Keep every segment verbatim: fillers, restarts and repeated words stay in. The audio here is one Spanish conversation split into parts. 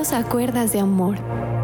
Bienvenidos a Cuerdas de Amor.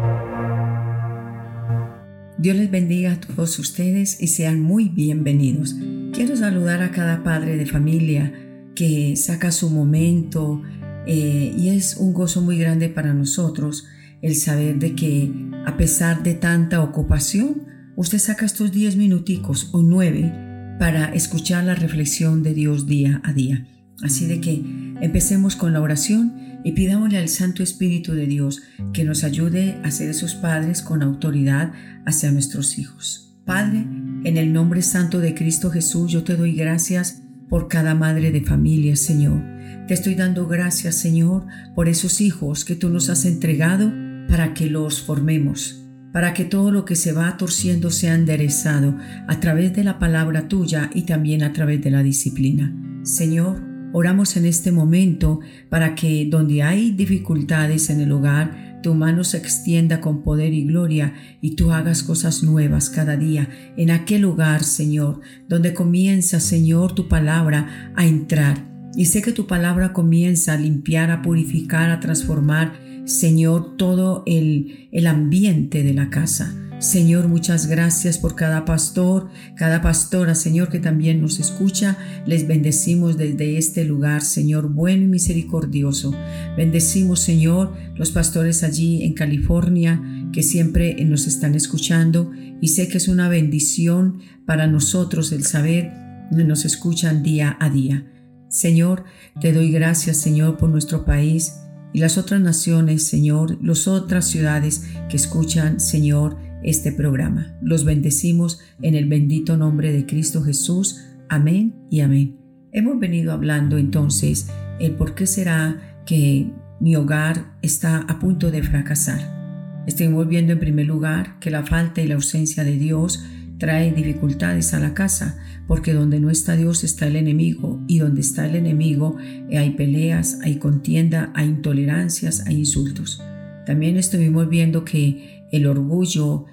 Dios les bendiga a todos ustedes y sean muy bienvenidos. Quiero saludar a cada padre de familia que saca su momento eh, y es un gozo muy grande para nosotros el saber de que a pesar de tanta ocupación, usted saca estos diez minuticos o nueve para escuchar la reflexión de Dios día a día. Así de que empecemos con la oración y pidámosle al Santo Espíritu de Dios que nos ayude a ser esos padres con autoridad hacia nuestros hijos. Padre, en el nombre santo de Cristo Jesús, yo te doy gracias por cada madre de familia, Señor. Te estoy dando gracias, Señor, por esos hijos que tú nos has entregado para que los formemos, para que todo lo que se va torciendo sea enderezado a través de la palabra tuya y también a través de la disciplina. Señor, oramos en este momento para que donde hay dificultades en el hogar, tu mano se extienda con poder y gloria y tú hagas cosas nuevas cada día en aquel hogar, Señor, donde comienza, Señor, tu palabra a entrar. Y sé que tu palabra comienza a limpiar, a purificar, a transformar, Señor, todo el, el ambiente de la casa. Señor, muchas gracias por cada pastor, cada pastora, Señor, que también nos escucha. Les bendecimos desde este lugar, Señor, bueno y misericordioso. Bendecimos, Señor, los pastores allí en California que siempre nos están escuchando y sé que es una bendición para nosotros el saber que nos escuchan día a día. Señor, te doy gracias, Señor, por nuestro país y las otras naciones, Señor, las otras ciudades que escuchan, Señor, este programa. Los bendecimos en el bendito nombre de Cristo Jesús. Amén y amén. Hemos venido hablando entonces el por qué será que mi hogar está a punto de fracasar. Estamos viendo en primer lugar que la falta y la ausencia de Dios trae dificultades a la casa, porque donde no está Dios está el enemigo, y donde está el enemigo hay peleas, hay contienda, hay intolerancias, hay insultos. También estuvimos viendo que el orgullo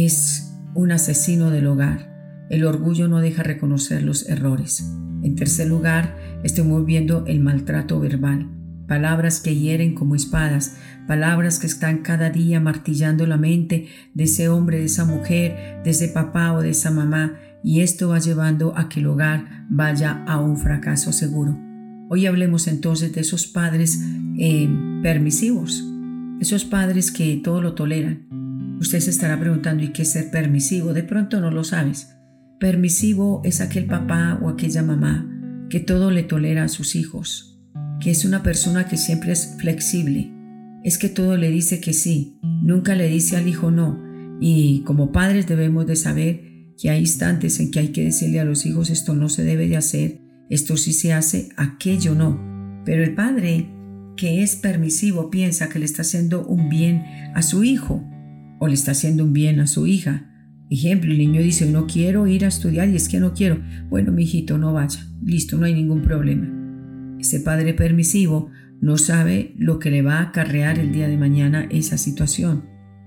es un asesino del hogar. El orgullo no deja reconocer los errores. En tercer lugar, estuvimos viendo el maltrato verbal. Palabras que hieren como espadas, palabras que están cada día martillando la mente de ese hombre, de esa mujer, de ese papá o de esa mamá, y esto va llevando a que el hogar vaya a un fracaso seguro. Hoy hablemos entonces de esos padres eh, permisivos, esos padres que todo lo toleran. Usted se estará preguntando, ¿y qué es ser permisivo? De pronto no lo sabes. Permisivo es aquel papá o aquella mamá que todo le tolera a sus hijos, que es una persona que siempre es flexible, es que todo le dice que sí, nunca le dice al hijo no. Y como padres debemos de saber que hay instantes en que hay que decirle a los hijos, esto no se debe de hacer, esto sí se hace, aquello no. Pero el padre que es permisivo piensa que le está haciendo un bien a su hijo o le está haciendo un bien a su hija. Ejemplo, el niño dice, no quiero ir a estudiar y es que no quiero. Bueno, mi hijito, no vaya. Listo, no hay ningún problema. Ese padre permisivo no sabe lo que le va a acarrear el día de mañana esa situación.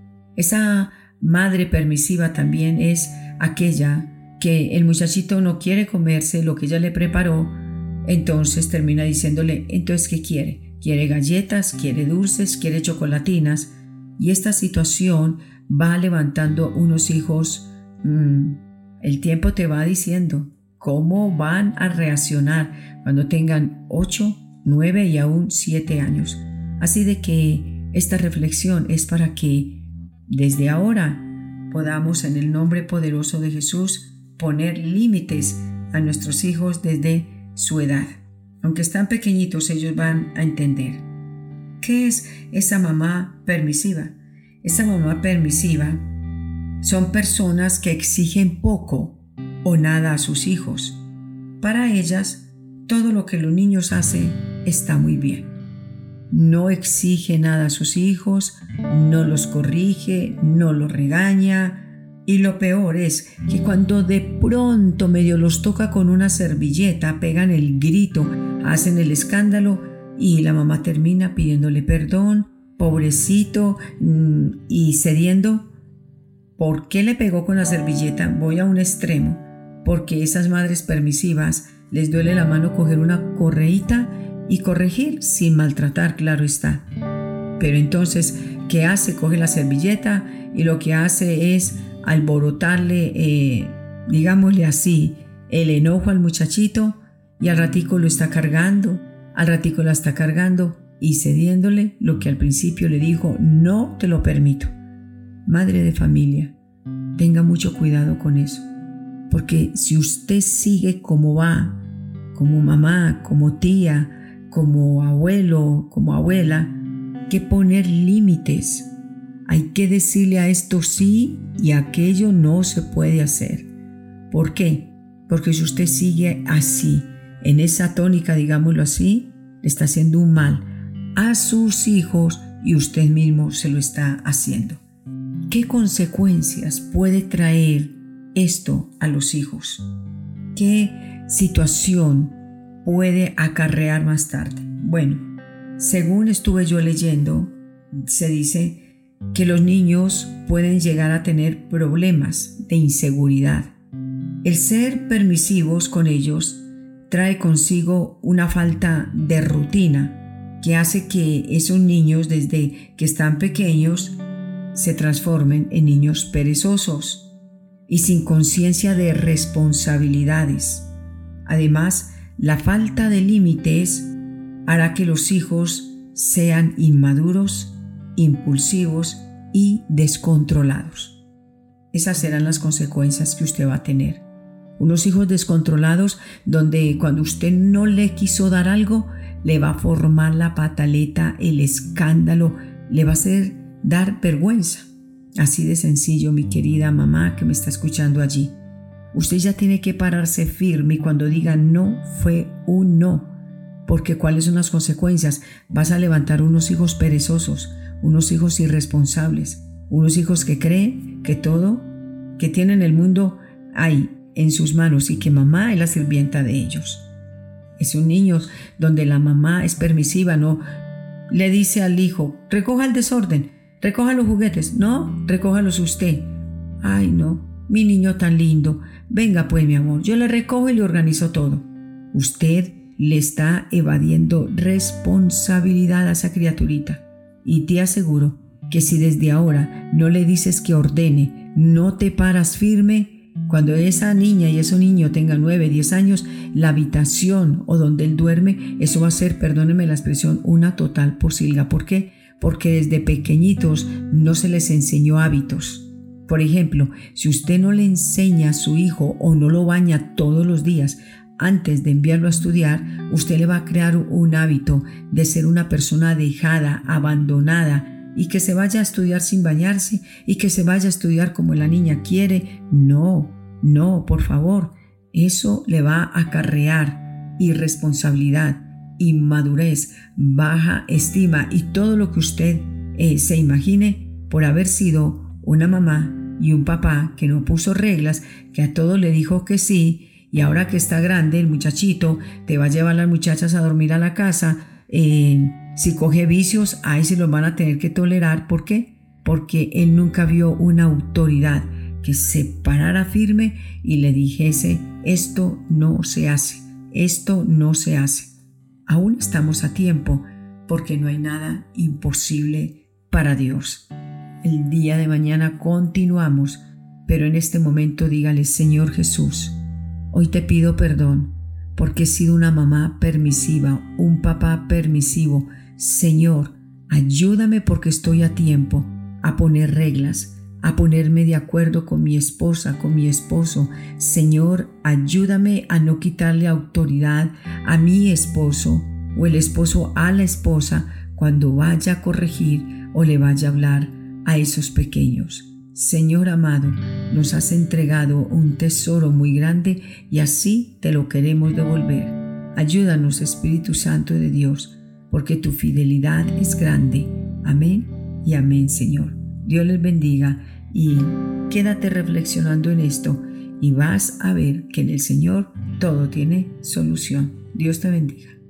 Esa madre permisiva también es aquella que el muchachito no quiere comerse lo que ella le preparó, entonces termina diciéndole, entonces, ¿qué quiere? Quiere galletas, quiere dulces, quiere chocolatinas, y esta situación va levantando unos hijos. Mmm, el tiempo te va diciendo cómo van a reaccionar cuando tengan ocho, nueve y aún siete años. Así de que esta reflexión es para que desde ahora podamos en el nombre poderoso de Jesús poner límites a nuestros hijos desde su edad. Aunque están pequeñitos, ellos van a entender. ¿Qué es esa mamá permisiva? Esa mamá permisiva son personas que exigen poco o nada a sus hijos. Para ellas, todo lo que los niños hacen está muy bien. No exige nada a sus hijos, no los corrige, no los regaña. Y lo peor es que cuando de pronto medio los toca con una servilleta, pegan el grito, hacen el escándalo y la mamá termina pidiéndole perdón, pobrecito, y cediendo. ¿Por qué le pegó con la servilleta? Voy a un extremo, porque esas madres permisivas les duele la mano coger una correíta y corregir sin maltratar, claro está. Pero entonces, ¿qué hace? Coge la servilleta y lo que hace es alborotarle, eh, digámosle así, el enojo al muchachito, y al ratico lo está cargando, al ratico la está cargando y cediéndole lo que al principio le dijo: no te lo permito. Madre de familia, tenga mucho cuidado con eso, porque si usted sigue como va, como mamá, como tía, como abuelo, como abuela, hay que poner límites. Hay que decirle a esto sí y a aquello no se puede hacer. ¿Por qué? Porque si usted sigue así, en esa tónica, digámoslo así, le está haciendo un mal a sus hijos y usted mismo se lo está haciendo. ¿Qué consecuencias puede traer esto a los hijos? ¿Qué situación puede acarrear más tarde? Bueno, según estuve yo leyendo, se dice que los niños pueden llegar a tener problemas de inseguridad. El ser permisivos con ellos trae consigo una falta de rutina que hace que esos niños, desde que están pequeños, se transformen en niños perezosos y sin conciencia de responsabilidades. Además, la falta de límites hará que los hijos sean inmaduros, impulsivos y descontrolados. Esas serán las consecuencias que usted va a tener. Unos hijos descontrolados donde cuando usted no le quiso dar algo, le va a formar la pataleta, el escándalo, le va a hacer dar vergüenza. Así de sencillo, mi querida mamá que me está escuchando allí. Usted ya tiene que pararse firme y cuando diga no, fue un no. Porque ¿cuáles son las consecuencias? Vas a levantar unos hijos perezosos, unos hijos irresponsables, unos hijos que creen que todo, que tienen el mundo ahí en sus manos y que mamá es la sirvienta de ellos. Es un niño donde la mamá es permisiva, no le dice al hijo: recoja el desorden, recoja los juguetes. No, recójalos usted. Ay, no, mi niño tan lindo. Venga pues, mi amor, yo le recojo y le organizo todo. Usted le está evadiendo responsabilidad a esa criaturita. Y te aseguro que si desde ahora no le dices que ordene, no te paras firme, cuando esa niña y ese niño tengan nueve, diez años, la habitación o donde él duerme, eso va a ser, perdónenme la expresión, una total posilga. ¿Por qué? Porque desde pequeñitos no se les enseñó hábitos. Por ejemplo, si usted no le enseña a su hijo o no lo baña todos los días antes de enviarlo a estudiar, usted le va a crear un hábito de ser una persona dejada, abandonada, y que se vaya a estudiar sin bañarse y que se vaya a estudiar como la niña quiere. No, no, por favor, eso le va a acarrear irresponsabilidad, inmadurez, baja estima y todo lo que usted eh, se imagine por haber sido una mamá y un papá que no puso reglas, que a todo le dijo que sí, y ahora que está grande el muchachito te va a llevar a las muchachas a dormir a la casa. eh, Si coge vicios, ahí se los van a tener que tolerar. ¿Por qué? Porque él nunca vio una autoridad que se parara firme y le dijese: esto no se hace, esto no se hace. Aún estamos a tiempo, porque no hay nada imposible para Dios. El día de mañana continuamos, pero en este momento dígale: Señor Jesús, hoy te pido perdón porque he sido una mamá permisiva, un papá permisivo. Señor, ayúdame porque estoy a tiempo a poner reglas, a ponerme de acuerdo con mi esposa, con mi esposo. Señor, ayúdame a no quitarle autoridad a mi esposo o el esposo a la esposa cuando vaya a corregir o le vaya a hablar a esos pequeños. Señor amado, nos has entregado un tesoro muy grande y así te lo queremos devolver. Ayúdanos, Espíritu Santo de Dios, porque tu fidelidad es grande. Amén y amén, Señor. Dios les bendiga y quédate reflexionando en esto y vas a ver que en el Señor todo tiene solución. Dios te bendiga.